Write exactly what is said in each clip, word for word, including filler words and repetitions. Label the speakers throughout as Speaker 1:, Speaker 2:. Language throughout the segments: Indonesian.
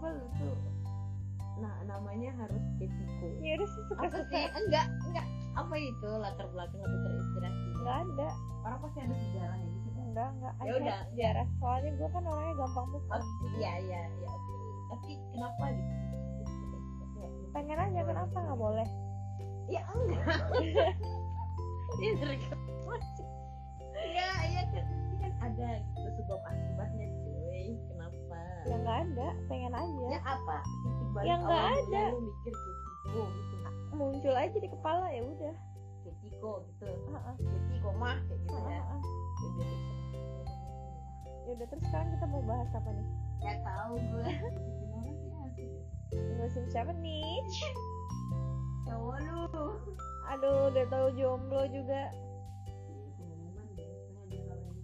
Speaker 1: kenapa lu tuh nah namanya harus Ketiko?
Speaker 2: Ya udah sih suka-suka.
Speaker 1: Sih? Enggak, enggak. Apa itu latar belakang atau terinspirasi?
Speaker 2: Enggak ada.
Speaker 1: Orang pasti ada sejarahnya gitu kan?
Speaker 2: Enggak, enggak
Speaker 1: Ya
Speaker 2: ada
Speaker 1: udah.
Speaker 2: sejarah. Soalnya gue kan orangnya gampang lupa.
Speaker 1: Oh, iya, iya, iya, oke. Tapi kenapa gitu?
Speaker 2: Pengen aja, kenapa nggak boleh?
Speaker 1: Ya enggak. Ini dari ya, iya kan pasti kan ada gitu sebab akibatnya cuy. Kenapa?
Speaker 2: Ya nggak ada, pengen aja.
Speaker 1: Ya apa? Titik balik
Speaker 2: Ya nggak
Speaker 1: awal
Speaker 2: ada.
Speaker 1: Lu mikir Ketiko gitu.
Speaker 2: Muncul aja di kepala ya udah.
Speaker 1: Ketiko gitu.
Speaker 2: Heeh.
Speaker 1: Ketiko mah kayak gitu ya.
Speaker 2: Heeh.
Speaker 1: Ya udah, terus.
Speaker 2: Ya udah, terus sekarang kita mau bahas apa nih?
Speaker 1: Gak tahu gue. Bikin orang sih asik.
Speaker 2: Musim siapa nih?
Speaker 1: Cowok lu.
Speaker 2: Aduh, udah tahu jomblo juga.
Speaker 1: Pengumuman deh, ada hal yang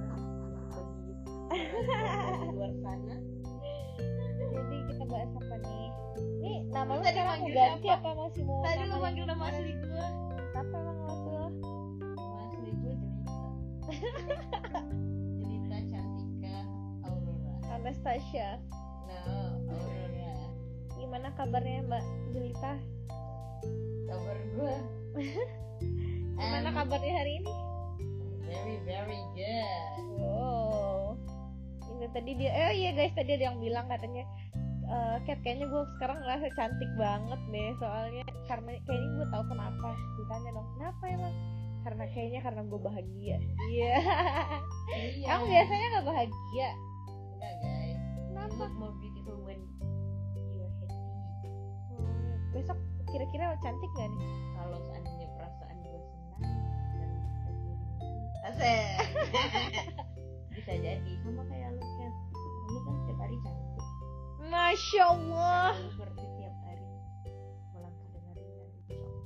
Speaker 1: bagi luar sana.
Speaker 2: Jadi kita bahas apa nih? Nih, nama lu
Speaker 1: Tadi
Speaker 2: sekarang mau
Speaker 1: manggil
Speaker 2: ganti
Speaker 1: siapa?
Speaker 2: apa masih mau?
Speaker 1: Tadi lu
Speaker 2: nama
Speaker 1: manggil nama
Speaker 2: kemarin?
Speaker 1: asli gue.
Speaker 2: Apa emang nama lu?
Speaker 1: Nama asli gue Jelita. Jelita Cantika Aurora.
Speaker 2: Anastasia.
Speaker 1: No, Aurora.
Speaker 2: Gimana kabarnya Mbak Jelita?
Speaker 1: Kabar gue.
Speaker 2: Gimana
Speaker 1: Um,
Speaker 2: kabarnya hari ini?
Speaker 1: Very very good.
Speaker 2: Wow. Ini tadi dia, eh iya guys, tadi ada yang bilang katanya, eh Kat, kayaknya gue sekarang ngerasa cantik banget deh, soalnya karena kayaknya gue tahu kenapa. Ditanya dong, kenapa emang? Karena kayaknya karena gue bahagia. Iya.
Speaker 1: Iya.
Speaker 2: Kamu biasanya nggak bahagia?
Speaker 1: Enggak guys. You
Speaker 2: Kenapa?
Speaker 1: look more beautiful when you're happy.
Speaker 2: Hmm, besok kira-kira cantik gak nih?
Speaker 1: Kalau seandainya perasaan gue senang dan hati ringan, asik. Bisa jadi sama kayak lu kan. Lu kan setiap hari cantik.
Speaker 2: Masya Allah.
Speaker 1: Lu berarti tiap hari melangkah dengan ringan insya Allah.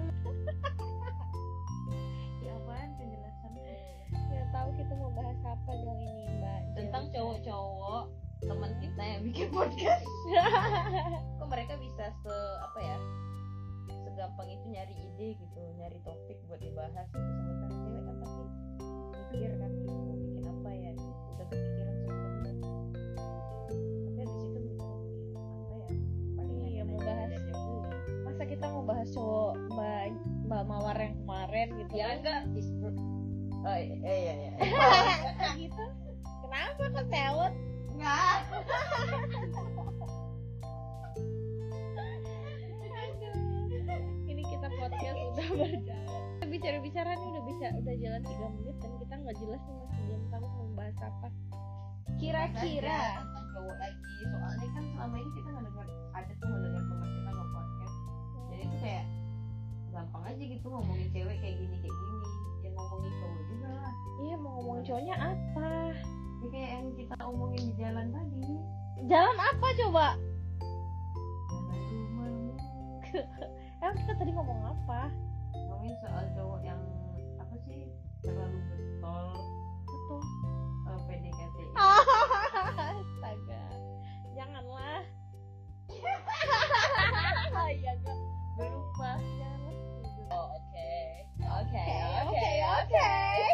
Speaker 1: Ya apaan penjelasannya?
Speaker 2: Nggak tahu kita mau bahas apa dong ini Mbak.
Speaker 1: Tentang
Speaker 2: Jelita.
Speaker 1: cowok-cowok teman kita yang bikin podcast. Kok mereka bisa se apa ya? Segampang itu nyari ide gitu, nyari topik buat dibahas gitu. Sementara cewek kan pasti mikir kan gitu, mau bikin apa ya, udah kepikiran sebelumnya. Tapi di situ kita apa ya? Paling
Speaker 2: Iya, mau
Speaker 1: nanya-nanya
Speaker 2: bahas.
Speaker 1: aja dulu.
Speaker 2: Masa kita mau bahas cowok Mbak Mbak Mawar yang kemarin gitu
Speaker 1: Ya
Speaker 2: kan?
Speaker 1: enggak, is oh iya iya iya.
Speaker 2: Gitu. Kenapa kok sewot?
Speaker 1: Enggak.
Speaker 2: Ini kita podcast udah berjalan. Bicara-bicara nih udah bisa udah jalan tiga menit dan kita nggak jelas nih masih belum tahu mau bahas apa. Kira-kira
Speaker 1: Aja tentang cowok lagi, soalnya kan selama ini kita nggak dengar, ada tuh nggak dengar teman kita nge podcast, jadi itu kayak gampang aja gitu ngomongin cewek kayak gini kayak gini, ya ngomongin cowok juga lah,
Speaker 2: iya mau ngomongin cowoknya apa?
Speaker 1: ya kayak yang kita omongin di jalan tadi,
Speaker 2: Jalan apa coba?
Speaker 1: jalan rumahmu,
Speaker 2: Emang kita tadi ngomong apa?
Speaker 1: ngomongin soal cowok yang apa sih terlalu getol,
Speaker 2: Betul.
Speaker 1: uh, P D K T.
Speaker 2: Astaga. Janganlah. Ya enggak berubah. Janganlah.
Speaker 1: Oh, oke oke
Speaker 2: Oke, oke.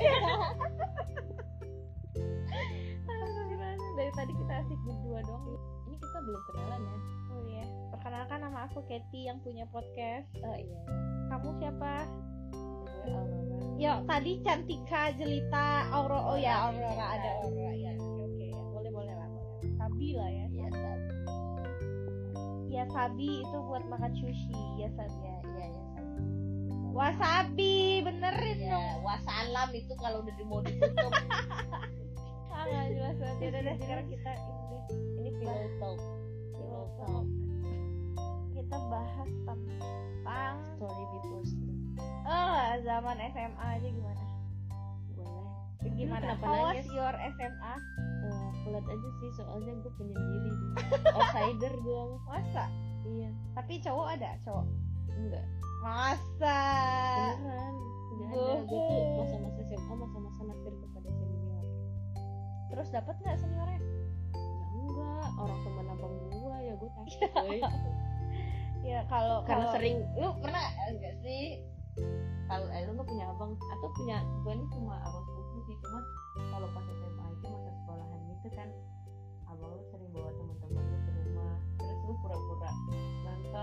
Speaker 2: Dari tadi kita asik berdua dong.
Speaker 1: Ini kita belum kenalan ya.
Speaker 2: Oh iya. Perkenalkan, nama aku Katy yang punya podcast.
Speaker 1: Oh iya.
Speaker 2: Kamu siapa?
Speaker 1: Gue Aurora.
Speaker 2: Ya, tadi Cantika, Jelita, Aurora. Oh ya,
Speaker 1: Aurora,
Speaker 2: Aurora,
Speaker 1: iya.
Speaker 2: ada Aurora ya. Oke, oke. Ya, boleh, boleh lah, boleh. Sabi lah ya.
Speaker 1: Iya, Sabi.
Speaker 2: Ya, Sabi itu buat makan sushi. Ya, Sabi.
Speaker 1: Iya, iya, iya, Sabi.
Speaker 2: Wasabi, benerin
Speaker 1: Ya,
Speaker 2: dong.
Speaker 1: wassalam itu kalau udah di mau ditutup.
Speaker 2: Ah, nggak jelas banget. Ya udah deh, sekarang kita ini
Speaker 1: Ini pillow talk. Pillow talk.
Speaker 2: kita bahas tentang
Speaker 1: Story before sleep.
Speaker 2: oh zaman S M A aja gimana?
Speaker 1: Boleh.
Speaker 2: Gimana?
Speaker 1: Kenapa
Speaker 2: How was
Speaker 1: nangis?
Speaker 2: your S M A?
Speaker 1: Uh, pelat aja sih, soalnya gue penyendiri. Outsider gue.
Speaker 2: Masa?
Speaker 1: Iya.
Speaker 2: Tapi cowok ada, cowok?
Speaker 1: Enggak.
Speaker 2: Masa?
Speaker 1: Beneran. Enggak ada. Gue tuh
Speaker 2: Bohong.
Speaker 1: masa-masa S M A, masa-masa naksir kepada senior.
Speaker 2: Terus dapat nggak seniornya?
Speaker 1: Ya enggak. Orang teman abang gue ya gue takut. Woy.
Speaker 2: Ya kalau
Speaker 1: Karena
Speaker 2: kalau-
Speaker 1: sering. Lu pernah enggak sih? Kalau eh, lu nggak punya abang atau punya gue ini cuma abang sepupu sih, cuma kalau pas S M A itu masa sekolahan gitu kan abang lu sering bawa teman-teman lu ke rumah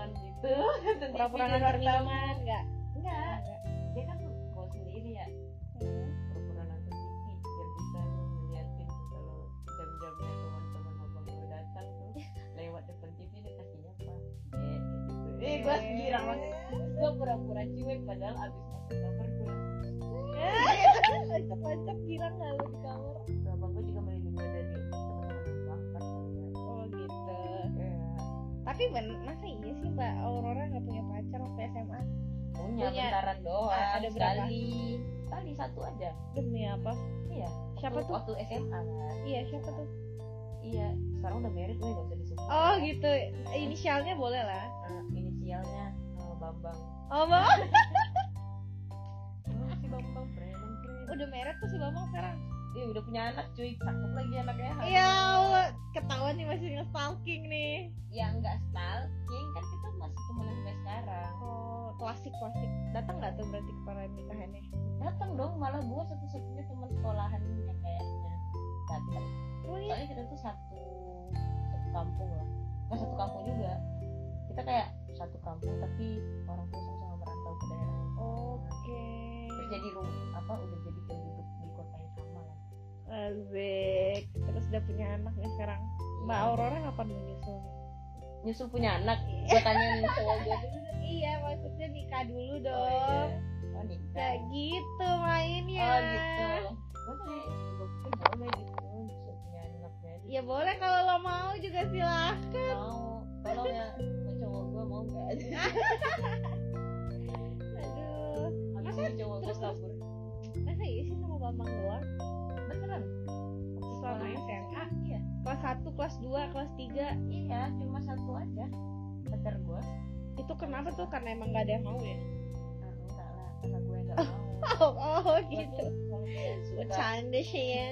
Speaker 1: minuman gitu.
Speaker 2: Pura-pura nonton minuman enggak?
Speaker 1: Enggak, dia kan mau sendiri ya,
Speaker 2: Hmm.
Speaker 1: pura-pura nonton T V biar bisa ngeliatin kalau jam-jamnya teman-teman abang gue datang tuh lewat depan T V dia kasihnya apa eh gitu. Eh gue girang banget, gue pura-pura cuek padahal abis masuk kamar gue
Speaker 2: Loncat-loncat girang nggak lo di kamar?
Speaker 1: abang gue juga melindungi gue dari teman-teman yang bangkat kan.
Speaker 2: Oh gitu.
Speaker 1: Iya.
Speaker 2: Tapi ben, masa iya sih Mbak Aurora nggak punya pacar waktu S M A?
Speaker 1: Punya,
Speaker 2: Punya.
Speaker 1: bentaran doang.
Speaker 2: Ah, ada berapa?
Speaker 1: Sekali, sekali satu aja.
Speaker 2: Demi apa?
Speaker 1: Iya.
Speaker 2: Siapa
Speaker 1: waktu,
Speaker 2: tuh?
Speaker 1: Waktu S M A kan.
Speaker 2: Iya siapa tuh?
Speaker 1: Iya. Sekarang udah married gue nggak usah disebut.
Speaker 2: Oh gitu. Inisialnya boleh lah.
Speaker 1: Nah, inisialnya nama Bambang.
Speaker 2: Oh Bang.
Speaker 1: Oh, si Bambang preman keren.
Speaker 2: Udah meret tuh si Bambang sekarang.
Speaker 1: Dia udah punya anak cuy, cakep lagi anaknya.
Speaker 2: Ya Allah, ketahuan nih masih nge-stalking nih.
Speaker 1: Ya enggak stalking kan kita masih temenan sampai sekarang.
Speaker 2: Oh, klasik klasik. Datang nggak tuh berarti ke pernikahannya?
Speaker 1: Datang dong, malah gua satu-satunya teman sekolahannya kayaknya datang.
Speaker 2: Oh iya.
Speaker 1: Soalnya kita tuh satu satu kampung lah. Nggak satu kampung juga. Kita kayak satu kampung tapi orang tua sama-sama merantau ke daerah.
Speaker 2: Oke.
Speaker 1: Terus jadi rumah apa udah jadi penduduk di kota yang sama lah.
Speaker 2: Asik. Terus udah punya anak nih sekarang. Mbak
Speaker 1: Iya.
Speaker 2: Aurora kapan mau nyusul?
Speaker 1: Nyusul punya anak, gua tanyain cowok gua dulu.
Speaker 2: Iya, maksudnya nikah dulu
Speaker 1: Oh,
Speaker 2: dong.
Speaker 1: iya. Oh nikah.
Speaker 2: Kayak gitu mainnya.
Speaker 1: Oh gitu. Gue sih, gue pikir boleh gitu bisa punya anaknya.
Speaker 2: Ya boleh kalau lo mau juga silahkan.
Speaker 1: Mau, tolong ya, mau cowok gue mau nggak?
Speaker 2: Aduh.
Speaker 1: Habis
Speaker 2: Masa
Speaker 1: ini cowok gue
Speaker 2: terus-
Speaker 1: kabur.
Speaker 2: Masa iya sih sama Bambang doang?
Speaker 1: Beneran?
Speaker 2: Selama
Speaker 1: Sekolah
Speaker 2: S M A?
Speaker 1: Iya,
Speaker 2: Kelas satu, kelas dua, kelas tiga.
Speaker 1: iya, cuma satu aja pacar gue.
Speaker 2: Itu kenapa tuh? Karena emang gak ada yang mau ya?
Speaker 1: Nah, enggak lah, karena gue nggak mau.
Speaker 2: Oh, oh
Speaker 1: Gua
Speaker 2: gitu.
Speaker 1: tuh kalau dia suka
Speaker 2: Bercanda sih ya.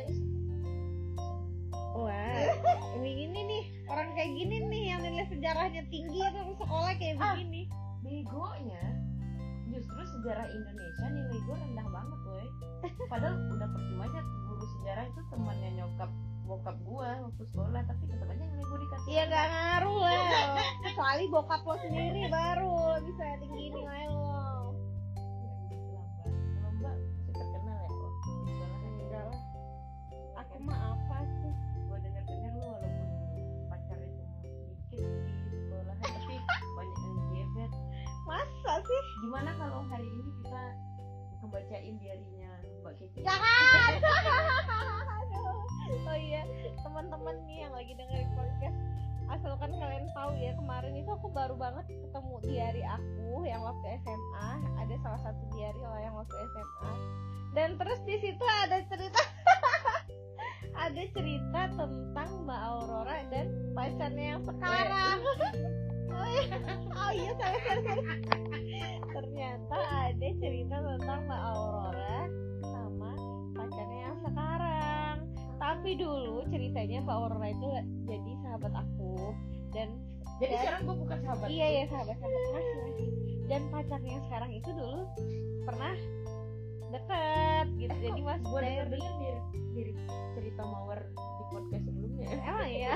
Speaker 2: Wah, begini nih, orang kayak gini nih yang nilai sejarahnya tinggi atau sekolah kayak
Speaker 1: Ah.
Speaker 2: begini.
Speaker 1: begonya, justru sejarah Indonesia nilai gue rendah banget woy. Padahal udah percuma aja guru sejarah itu temannya nyokap bokap gue waktu sekolah, tapi tetap aja nilai gue dikasih.
Speaker 2: Iya gak ngaruh lah. Kecuali bokap lo sendiri baru bisa tinggi nilai lo.
Speaker 1: Ya gitu lah mbak. Kalau mbak masih terkenal ya waktu sekolah kan?
Speaker 2: Enggak lah. Aku mah apa tuh?
Speaker 1: Gue dengar dengar lu walaupun pacarnya cuma sedikit di sekolah tapi banyak yang gebet.
Speaker 2: Masa sih?
Speaker 1: Gimana kalau hari ini kita ngebacain diarinya Mbak Kiki?
Speaker 2: Jangan. Aduh. Oh iya, teman-teman nih yang lagi dengerin podcast, asalkan kalian tahu ya, kemarin itu aku baru banget ketemu diary aku yang waktu S M A. Ada salah satu diary lah yang waktu S M A. Dan terus di situ ada cerita ada cerita tentang Mbak Aurora dan pacarnya yang sekarang. Oh iya, oh iya, sorry, sorry, sorry. Ternyata ada cerita tentang Mbak Aurora sama pacarnya yang sekarang. Tapi dulu ceritanya Mbak Aurora itu jadi sahabat aku dan
Speaker 1: Jadi
Speaker 2: dan-
Speaker 1: sekarang gue bukan sahabat.
Speaker 2: iya ya sahabat sahabat masih masih. Dan pacarnya yang sekarang itu dulu pernah deket gitu. Jadi mas
Speaker 1: gue denger
Speaker 2: dari
Speaker 1: dengar di, di cerita mawar di podcast sebelumnya.
Speaker 2: emang ya.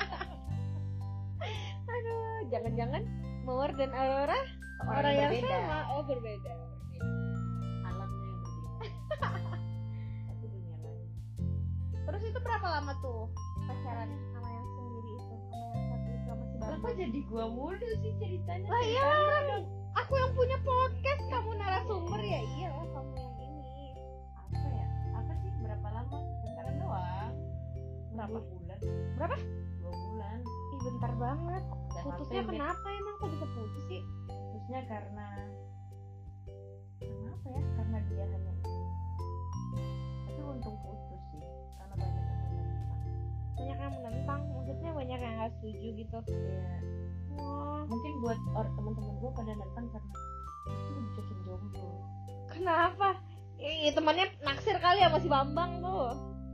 Speaker 2: Aduh, jangan-jangan Mawar dan Aurora orang, yang
Speaker 1: berbeda.
Speaker 2: sama. Oh berbeda.
Speaker 1: Alamnya yang berbeda. Satu dunia lain.
Speaker 2: Terus itu berapa lama tuh pacaran sama yang sendiri itu, sama yang satu itu sama si
Speaker 1: Lah
Speaker 2: Bambang?
Speaker 1: kok jadi gua mulu sih ceritanya?
Speaker 2: Lah iya, aku yang punya podcast, kamu narasumber ya. Iya lah, kamu yang ini.
Speaker 1: Apa ya? Apa sih berapa lama? Bentaran doang. Berapa bulan?
Speaker 2: Berapa?
Speaker 1: Dua bulan.
Speaker 2: Ih bentar banget.
Speaker 1: Nggak
Speaker 2: Putusnya
Speaker 1: sampai, Mek.
Speaker 2: kenapa emang kok bisa putus sih?
Speaker 1: Putusnya karena kenapa ya? Karena dia hanya ini. Tapi untung putus sih. Karena banyak yang menentang.
Speaker 2: Banyak yang menentang, maksudnya banyak yang nggak setuju gitu.
Speaker 1: Ya,
Speaker 2: Oh,
Speaker 1: mungkin buat orang teman-teman gua pada nentang karena itu dicocokin jomblo.
Speaker 2: kenapa? Ih, temannya naksir kali ya si Bambang tuh.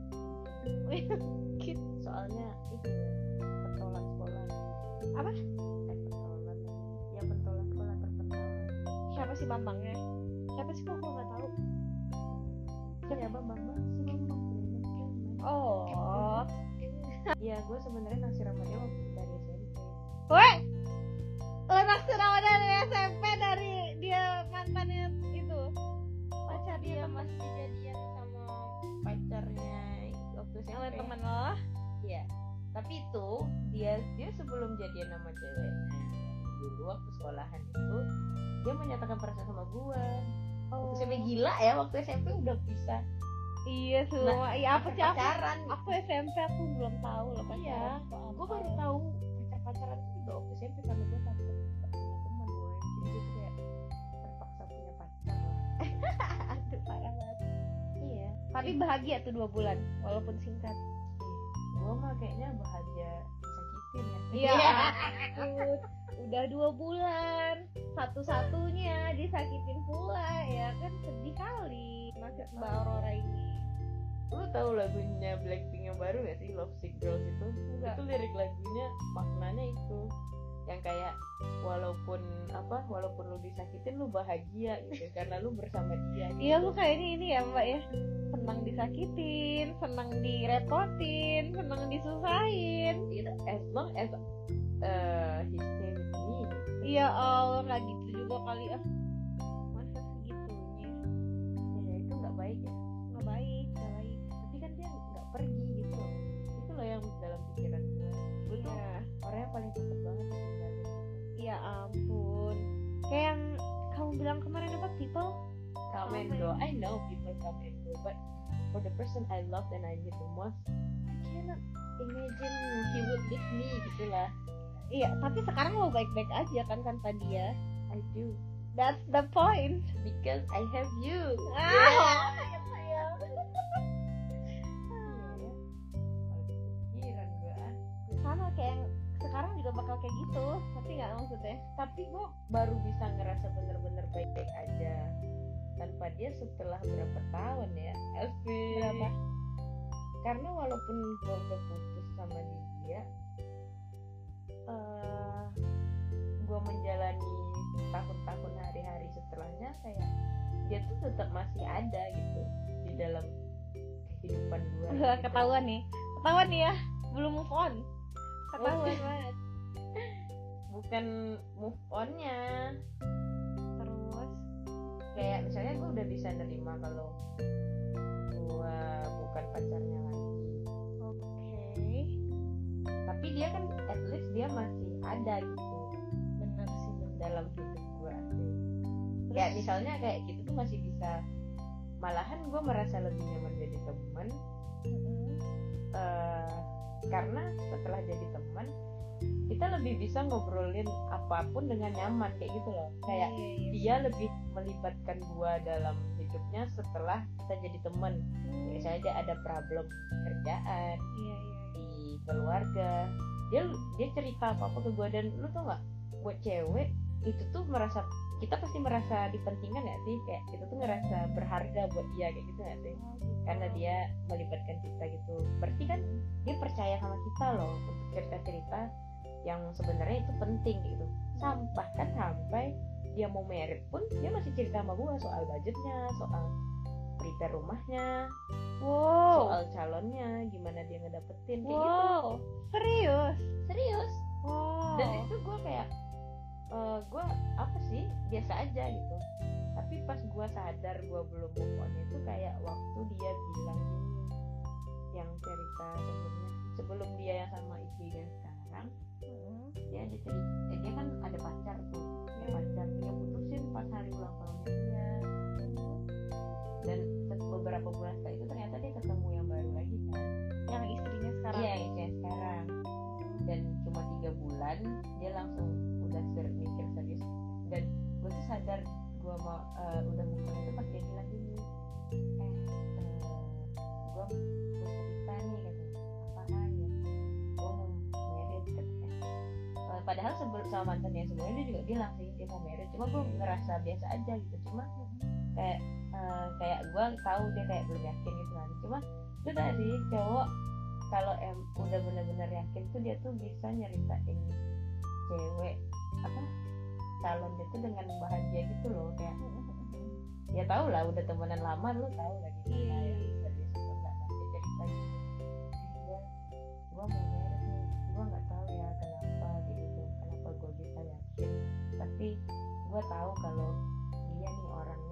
Speaker 1: Soalnya itu pentolan sekolah.
Speaker 2: Apa?
Speaker 1: Eh pentolan. Ya pentolan sekolah terkenal.
Speaker 2: Siapa sih Bambangnya? Siapa sih kok aku nggak tahu?
Speaker 1: Ya bambang bang si bambang.
Speaker 2: Oh,
Speaker 1: Ya gue sebenarnya naksir sama dia waktu dari S M P.
Speaker 2: weh, lo naksir
Speaker 1: sebelum jadian sama ceweknya dulu waktu sekolahan itu dia menyatakan perasaan sama gue.
Speaker 2: Oh.
Speaker 1: Waktu S M P gila ya, waktu S M P udah bisa
Speaker 2: Iya semua. Iya apa sih aku?
Speaker 1: pacaran.
Speaker 2: Aku S M P aku belum tahu loh
Speaker 1: Iya,
Speaker 2: pacaran.
Speaker 1: gue baru tahu pacar-pacaran itu juga waktu S M P karena gue takut gak punya teman gue, jadi gue tuh kayak terpaksa punya pacar lah.
Speaker 2: Aduh parah banget.
Speaker 1: Iya,
Speaker 2: Tapi bahagia tuh dua bulan walaupun singkat.
Speaker 1: gue mah kayaknya bahagia disakitin ya.
Speaker 2: Iya. ampun. Udah dua bulan satu-satunya disakitin pula ya kan, sedih kali nasib Mbak Aurora ini.
Speaker 1: Lu tahu lagunya Blackpink yang baru gak sih, Love Sick Girls itu?
Speaker 2: Enggak.
Speaker 1: Itu lirik lagunya maknanya itu yang kayak walaupun apa walaupun lu disakitin lu bahagia gitu karena lu bersama dia gitu.
Speaker 2: Iya lu kayaknya ini ya Mbak ya, senang disakitin, senang direpotin, senang disusahin.
Speaker 1: Gitu, as long as uh, he stay with me.
Speaker 2: Iya Allah nggak gitu juga kali ah, masa segitunya.
Speaker 1: Ya itu nggak baik ya,
Speaker 2: Nggak baik, nggak baik.
Speaker 1: tapi kan dia nggak pergi gitu loh. Itu loh yang dalam pikiran gue. Gue tuh
Speaker 2: Iya.
Speaker 1: orang yang paling cepet banget ditinggalin gitu.
Speaker 2: Ya ampun, kayak yang kamu bilang kemarin apa, people?
Speaker 1: Come and go. I know people come and go, but for the person I love and I need the most, I cannot imagine he would leave me gitulah.
Speaker 2: Iya, tapi sekarang lo baik-baik aja kan tanpa dia.
Speaker 1: I do
Speaker 2: That's the point.
Speaker 1: because I have you.
Speaker 2: Ah, sayang.
Speaker 1: Iya ya. Kalau pikiran gue ah.
Speaker 2: Sama kayak yang sekarang juga bakal kayak gitu, tapi nggak maksudnya.
Speaker 1: Tapi gue baru bisa ngerasa bener-bener baik-baik aja tanpa dia setelah berapa tahun ya, Elvi?
Speaker 2: Berapa?
Speaker 1: Karena walaupun gue udah putus sama dia, uh, gue menjalani tahun-tahun hari-hari setelahnya kayak dia tuh tetap masih ada gitu di dalam kehidupan gue.
Speaker 2: Ketahuan nih, ketahuan nih ya, belum move on. Ketahuan banget.
Speaker 1: Bukan move onnya,
Speaker 2: Terus,
Speaker 1: kayak misalnya gue udah bisa nerima kalau gue bukan pacarnya lagi,
Speaker 2: oke,
Speaker 1: tapi dia kan at least dia masih ada gitu
Speaker 2: benar sih.
Speaker 1: dalam hidup gue. Kayak misalnya kayak gitu tuh masih bisa, malahan gue merasa lebih nyaman jadi teman uh, karena setelah jadi teman kita lebih bisa ngobrolin apapun dengan nyaman kayak gitu loh. Kayak
Speaker 2: Iya, iya.
Speaker 1: dia lebih melibatkan gue dalam hidupnya setelah kita jadi teman. Misalnya dia ada problem kerjaan
Speaker 2: Iya, iya.
Speaker 1: di keluarga, dia dia cerita apa apa ke gue, dan lu tau nggak, buat cewek itu tuh merasa, kita pasti merasa dipentingkan ya sih, kayak kita tuh ngerasa berharga buat dia kayak gitu nggak sih, karena dia melibatkan kita gitu. Berarti kan dia percaya sama kita loh untuk cerita-cerita yang sebenarnya itu penting gitu. Sam, bahkan sampai dia mau merit pun dia masih cerita sama gue soal budgetnya, soal prepare rumahnya,
Speaker 2: Wow.
Speaker 1: soal calonnya, gimana dia ngedapetin kayak gitu.
Speaker 2: Wow. Serius?
Speaker 1: Serius.
Speaker 2: Wow.
Speaker 1: Dan itu gue kayak uh, gue apa sih biasa aja gitu. Tapi pas gue sadar gue belum move on itu kayak waktu dia bilang gini, yang cerita sebelumnya, sebelum dia yang sama istrinya sekarang,
Speaker 2: Hmm.
Speaker 1: dia ada cerita, eh, dia kan ada pacar tuh, dia pacar dia putusin pas hari ulang tahunnya dia, dan set- beberapa bulan setelah itu ternyata dia ketemu yang baru lagi kan,
Speaker 2: Yang istrinya sekarang.
Speaker 1: iya istrinya sekarang, dan cuma tiga bulan dia langsung udah ser- mikir serius. Dan gue tuh sadar gue mau uh, udah move on itu pas dia bilang gini, eh uh, gue gue cerita nih katanya, apaan ya, gue mau married katanya. Uh, padahal sebelum sama mantannya sebelumnya dia juga bilang sih dia mau married, cuma gue ngerasa biasa aja gitu, cuma kayak uh, kayak gue tahu dia kayak belum yakin gitu kan. Cuma itu tadi cowok kalau em udah bener-bener yakin tuh dia tuh bisa nyeritain cewek apa calon dia tuh dengan bahagia gitu loh, kayak ya tau lah udah temenan lama lu tahu lagi
Speaker 2: Iya, iya.
Speaker 1: serius atau enggak, sampai cerita gitu, gue gue mau married nih, gue nggak tahu ya kenapa gitu, kenapa gue bisa yakin, tapi gue tahu kalau dia nih orangnya kayak gitu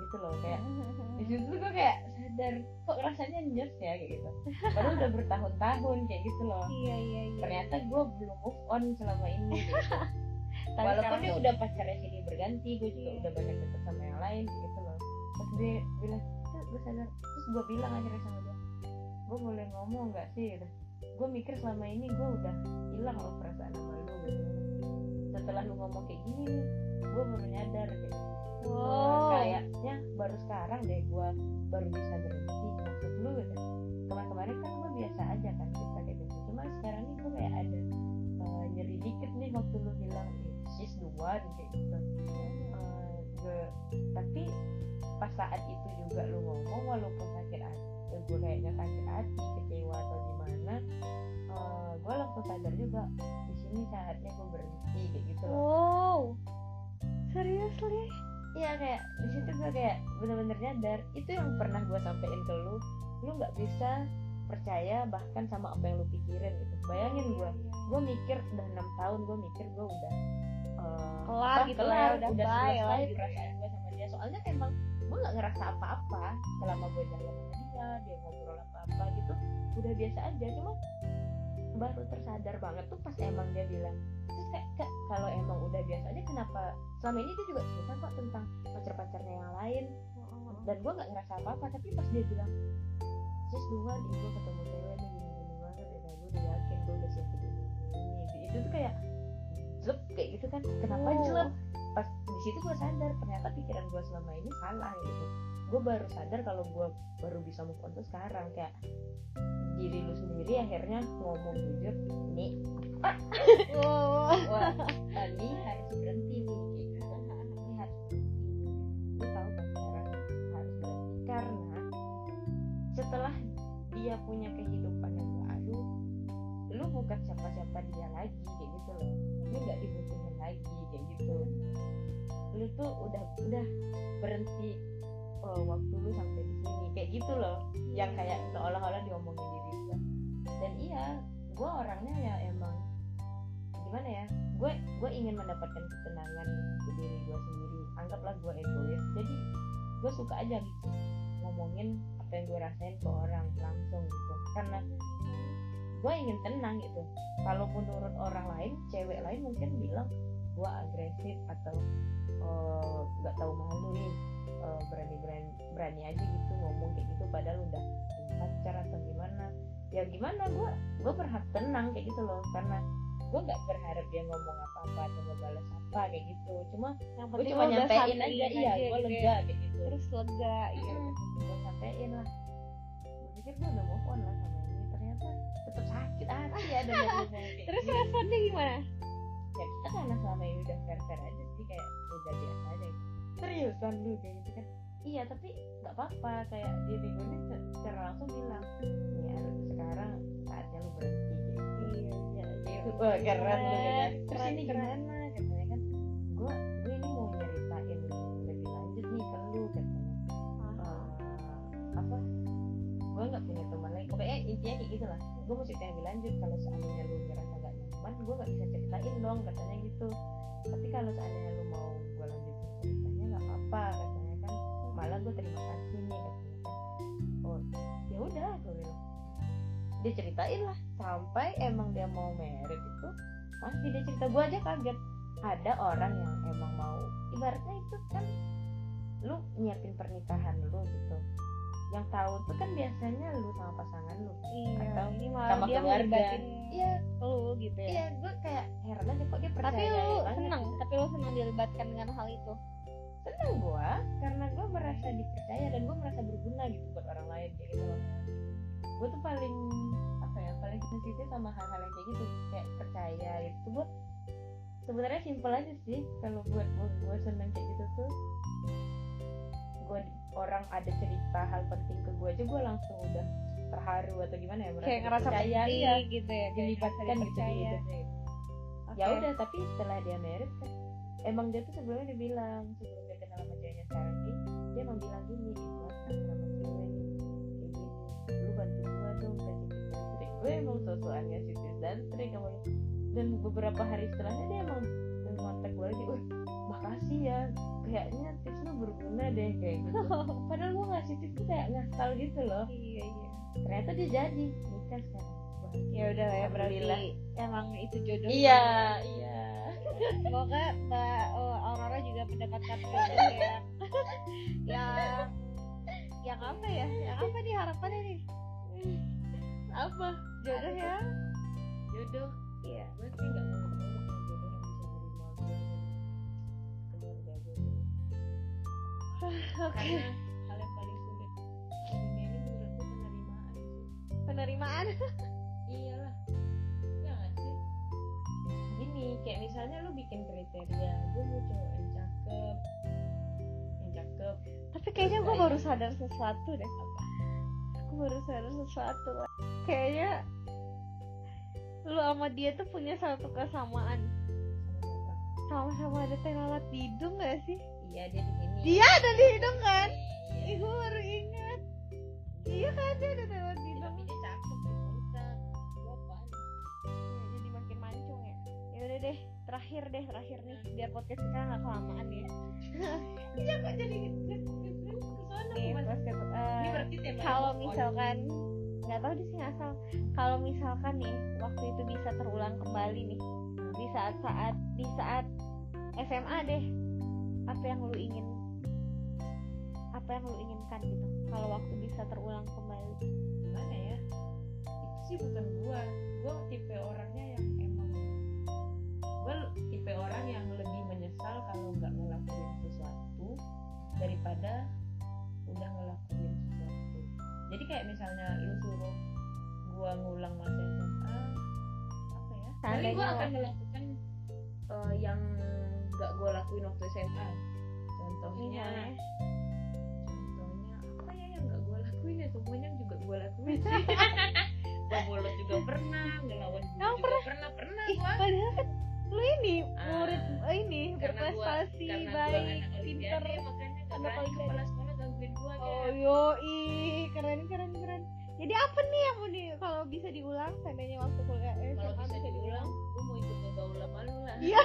Speaker 1: gitu loh, kayak di situ tuh gue kayak sadar kok rasanya nyes ya kayak gitu. Padahal udah bertahun-tahun kayak gitu loh.
Speaker 2: Iya iya iya.
Speaker 1: Ternyata gue belum move on selama ini. Gitu.
Speaker 2: Tapi
Speaker 1: Walaupun
Speaker 2: sekarang
Speaker 1: dia udah pacarnya sini berganti, gue juga
Speaker 2: Iya.
Speaker 1: udah banyak deket sama yang lain kayak gitu loh. Pas dia bilang, tuh gue sadar, terus gue bilang akhirnya sama dia, gue boleh ngomong nggak sih? Gitu. Gue mikir selama ini gue udah hilang loh perasaan sama lu. Gitu. Setelah lu ngomong kayak gini nih, gue baru nyadar kayak gitu.
Speaker 2: wow.
Speaker 1: Kayaknya baru sekarang deh gue baru bisa berhenti. Maksud lu gitu, kemarin-kemarin kan gue biasa aja kan kita kayak gitu. Cuma sekarang nih gue kayak ada uh, nyeri dikit nih waktu lu bilang she's the one kayak gitu. Uh, gue, tapi pas saat itu juga lu ngomong walaupun sakit hati, gue kayaknya sakit hati, kecewa atau gimana, uh, gue langsung sadar juga di sini saatnya gue berhenti kayak gitu loh.
Speaker 2: Wow. Seriously?
Speaker 1: Iya, kayak di situ gue kayak bener-bener nyadar itu yang pernah gue sampein ke lu, lu nggak bisa percaya bahkan sama apa yang lu pikirin gitu. Bayangin gue, gue mikir udah enam tahun, gue mikir gue udah uh,
Speaker 2: Kelar
Speaker 1: apa,
Speaker 2: gitu
Speaker 1: kelar,
Speaker 2: ya, udah
Speaker 1: udah
Speaker 2: bye lah
Speaker 1: selesai
Speaker 2: gitu
Speaker 1: perasaan gue sama dia. Soalnya emang gue nggak ngerasa apa-apa selama gue jalan sama dia, dia ngobrol apa-apa gitu, udah biasa aja. Cuma baru tersadar banget tuh pas emang dia bilang, terus kayak Kak, kalau emang udah biasa aja kenapa selama ini dia juga cerita kok tentang pacar-pacarnya yang lain dan gue nggak ngerasa apa-apa. Tapi pas dia bilang sis dua di gue ketemu cewek nih gini-gini banget ya, gue udah yakin gue udah siapin ini ini itu tuh kayak jelek kayak gitu kan. Kenapa
Speaker 2: Oh.
Speaker 1: jelek? Pas di situ gue sadar ternyata pikiran gue selama ini salah gitu. Gue baru sadar kalau gue baru bisa move on tuh sekarang, kayak diri lu sendiri akhirnya ngomong jujur nih,
Speaker 2: Wow.
Speaker 1: wah ini harus berhenti nih kayak gitu. Ini harus berhenti. Lu tahu kan sekarang harus berhenti karena setelah dia punya kehidupan yang baru, lu bukan siapa-siapa dia lagi kayak gitu loh. Lu nggak dibutuhin lagi kayak gitu. Lu tuh udah udah berhenti oh, waktu lu sampai di sini kayak gitu loh. Yang kayak seolah-olah diomongin diri gue. Dan iya, gue orangnya ya emang gimana ya? Gue gue ingin mendapatkan ketenangan di diri gue sendiri. Anggaplah gue egois. Jadi gue suka aja gitu ngomongin apa yang gue rasain ke orang langsung gitu. Karena gue ingin tenang gitu. Kalau menurut orang lain, cewek lain mungkin bilang gue agresif atau nggak uh, tahu malu nih, uh, berani berani berani aja gitu ngomong kayak gitu padahal udah punya pacar atau gimana. Ya gimana, gue gue berhak tenang kayak gitu loh, karena gue nggak berharap dia ngomong apa-apa atau ngebalas apa kayak gitu. Cuma
Speaker 2: Yang
Speaker 1: gue
Speaker 2: penting
Speaker 1: cuma
Speaker 2: lo udah
Speaker 1: nyampein
Speaker 2: sampein
Speaker 1: aja, iya gue
Speaker 2: gitu
Speaker 1: lega
Speaker 2: ya.
Speaker 1: kayak gitu.
Speaker 2: Terus lega iya.
Speaker 1: Gue sampein lah, gue pikir gue udah move on lah sama ini, ternyata tetap sakit hati ya dengan ngomong kayak
Speaker 2: Terus
Speaker 1: gitu.
Speaker 2: responnya gimana?
Speaker 1: Ya kita karena selama ini udah fair-fair aja sih, kayak udah biasa aja gitu. Seriusan lu kayak gitu kan? Iya, tapi nggak apa-apa, kayak diri gue ini secara langsung bilang nih harus sekarang saatnya lu berhenti gitu.
Speaker 2: Iya iya iya.
Speaker 1: Wah keren lu kan. Terus
Speaker 2: Keren,
Speaker 1: ini
Speaker 2: keren.
Speaker 1: gimana katanya kan, gue gue ini mau nyeritain lebih lanjut nih ke lu katanya. Uh, apa gue nggak punya teman lagi, pokoknya intinya kayak gitu lah. Gue mau cerita lebih lanjut, kalau seandainya lu ngerasa gak nyaman gue nggak bisa ceritain dong katanya gitu. Tapi kalau seandainya lu mau gue lanjutin ceritanya nggak apa-apa katanya kan, malah gue terima kasih nih katanya kan. Oh ya udah, gue bilang dia ceritain lah sampai emang dia mau married itu masih dia cerita. Gue aja kaget ada orang yang emang mau, ibaratnya itu kan lu nyiapin pernikahan lu gitu, yang tahu tuh kan biasanya lu sama pasangan lu
Speaker 2: Iya,
Speaker 1: atau
Speaker 2: ini malah
Speaker 1: sama
Speaker 2: dia
Speaker 1: keluarga.
Speaker 2: ngelibatin
Speaker 1: Iya
Speaker 2: lu gitu ya.
Speaker 1: iya, gue kayak heran aja kok dia percaya
Speaker 2: Tapi lu
Speaker 1: banget
Speaker 2: senang,
Speaker 1: gitu.
Speaker 2: tapi lu senang dilibatkan dengan hal itu.
Speaker 1: Seneng gue karena gue merasa dipercaya dan gue merasa berguna gitu buat orang lain kayak gitu loh. Gue tuh paling apa ya, paling sensitif sama hal-hal yang kayak gitu, kayak percaya gitu. Gue sebenarnya simpel aja sih kalau buat gue, gue seneng kayak gitu tuh. Gue orang ada cerita hal penting ke gue aja gue langsung udah terharu atau gimana ya, merasa
Speaker 2: Kayak ngerasa
Speaker 1: percaya,
Speaker 2: penting
Speaker 1: iya,
Speaker 2: gitu ya, kayak
Speaker 1: dilibatkan
Speaker 2: ngerasa
Speaker 1: gitu di
Speaker 2: dipercaya.
Speaker 1: hidupnya gitu.
Speaker 2: Oke.
Speaker 1: Ya udah, tapi setelah dia married kan emang dia tuh sebelumnya dia bilang, sebelum dia kenal sama ceweknya sekarang nih, dia emang bilang gini, gue kenal sama cewek nih kayak gini, lu bantu gue dong kasih tips dan trik. Gue emang sosokan ngasih tips dan trik sama dia. Dan beberapa hari setelahnya dia emang dan kontak gue lagi, uh makasih ya, kayaknya tips lu berguna deh kayak gitu. Padahal gue ngasih tips tuh kayak ngasal gitu loh.
Speaker 2: Iya iya.
Speaker 1: Ternyata dia jadi nikah sekarang.
Speaker 2: Ya udah lah ya, berarti
Speaker 1: Alhamdulillah.
Speaker 2: emang itu jodoh.
Speaker 1: Iya iya.
Speaker 2: Semoga Mbak oh, Aurora juga mendapatkan jodoh yang yang yang apa ya? Yang apa nih harapannya nih?
Speaker 1: Apa
Speaker 2: Jodoh ya?
Speaker 1: jodoh?
Speaker 2: Iya.
Speaker 1: Gue sih nggak mau jodoh jodoh yang bisa menerima gue dan keluarga gue dulu.
Speaker 2: Oke.
Speaker 1: Karena hal yang paling sulit di dunia ini menurutku penerimaan sih.
Speaker 2: Penerimaan.
Speaker 1: Iyalah, ya nggak sih? Gini, kayak misalnya lu bikin kriteria, gue mau cowok yang cakep, yang cakep.
Speaker 2: Tapi kayaknya gue baru sadar sesuatu deh. Aku baru sadar sesuatu. Kayaknya lu sama dia tuh punya satu kesamaan.
Speaker 1: Sama siapa?
Speaker 2: Sama-sama ada tai lalat di hidung gak sih?
Speaker 1: Iya, dia di sini.
Speaker 2: Dia ada di hidung kan?
Speaker 1: Iya.
Speaker 2: Ih, gue baru ingat. Iya kan, dia ada tai lalat di hidung.
Speaker 1: Tapi dia cakep, bisa. Gue apaan?
Speaker 2: Ya, jadi makin mancung ya. Ya udah deh, terakhir deh, terakhir nih, biar podcast kita nggak kelamaan ya.
Speaker 1: Iya kok jadi kesana
Speaker 2: Nih, podcast,
Speaker 1: Ini
Speaker 2: eh,
Speaker 1: berarti tema
Speaker 2: kalau misalkan nggak tahu sih ngasal, kalau misalkan nih waktu itu bisa terulang kembali nih di saat-saat di saat S M A deh, apa yang lu ingin apa yang lu inginkan gitu kalau waktu bisa terulang kembali?
Speaker 1: gimana ya, itu sih bukan gua gua tipe orangnya yang emang gua tipe orang yang lebih menyesal kalau nggak ngelakuin sesuatu daripada udah ngelakuin sesuatu. Jadi kayak misalnya lu suruh gua ngulang masa S M A, apa ya, paling gua akan melakukan uh, yang nggak gua lakuin waktu S M A. Contohnya
Speaker 2: Misalnya?
Speaker 1: contohnya apa ya yang nggak gue lakuin ya, semuanya juga gue lakuin sih. Gue bolos juga pernah, ngelawan guru
Speaker 2: Emang
Speaker 1: juga pernah pernah
Speaker 2: Ih,
Speaker 1: gue.
Speaker 2: padahal kan lu ini
Speaker 1: Ah,
Speaker 2: murid eh, ini
Speaker 1: Karena gua
Speaker 2: berprestasi
Speaker 1: karena gua
Speaker 2: baik,
Speaker 1: anak
Speaker 2: pinter.
Speaker 1: olimpiade, makanya gak
Speaker 2: anak
Speaker 1: berani
Speaker 2: olimpiade.
Speaker 1: kepala sekolah gangguin gue
Speaker 2: Oh
Speaker 1: kayak.
Speaker 2: yoi, keren keren keren. Jadi apa nih yang mau di kalau bisa diulang seandainya waktu kuliah eh,
Speaker 1: Kalau
Speaker 2: S M A
Speaker 1: bisa diulang, gue mau ikut ngegaul sama lu lah.
Speaker 2: Iya.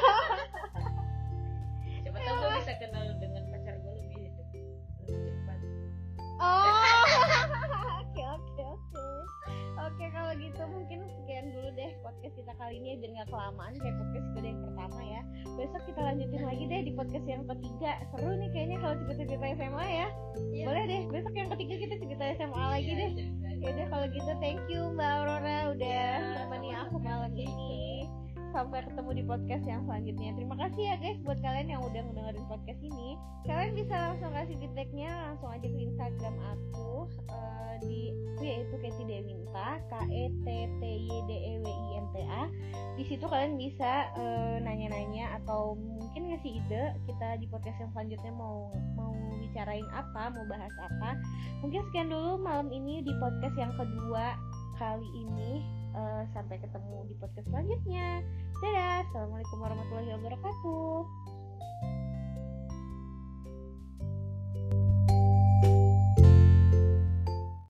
Speaker 1: Siapa tahu gue bisa kenal dengan pacar gue lebih lebih cepat.
Speaker 2: Oh. Oke oke oke. Oke kalau gitu mungkin sekian dulu deh podcast kita kali ini biar nggak kelamaan kayak podcast kita yang pertama ya. Besok kita lanjutin lagi deh di podcast yang ketiga. Seru nih kayaknya kalau cerita-cerita S M A ya.
Speaker 1: Iya.
Speaker 2: Boleh deh. Besok yang ketiga kita cerita S M A lagi
Speaker 1: Iya,
Speaker 2: deh.
Speaker 1: iya, iya.
Speaker 2: Ya udah kalau gitu thank you Mbak Aurora udah
Speaker 1: Ya,
Speaker 2: menemani
Speaker 1: sama-sama.
Speaker 2: aku malam ini. Sampai ketemu di podcast yang selanjutnya. Terima kasih ya guys buat kalian yang udah ngedengerin podcast ini. Kalian bisa langsung kasih feedbacknya langsung aja ke Instagram aku eh, di yaitu Keti Dewinta, K E T T Y D E W I N T A. Di situ kalian bisa eh, nanya-nanya atau mungkin ngasih ide kita di podcast yang selanjutnya mau mau bicarain apa, mau bahas apa. Mungkin sekian dulu malam ini di podcast yang kedua kali ini. Uh, sampai ketemu di podcast selanjutnya. Dadah, assalamualaikum warahmatullahi wabarakatuh.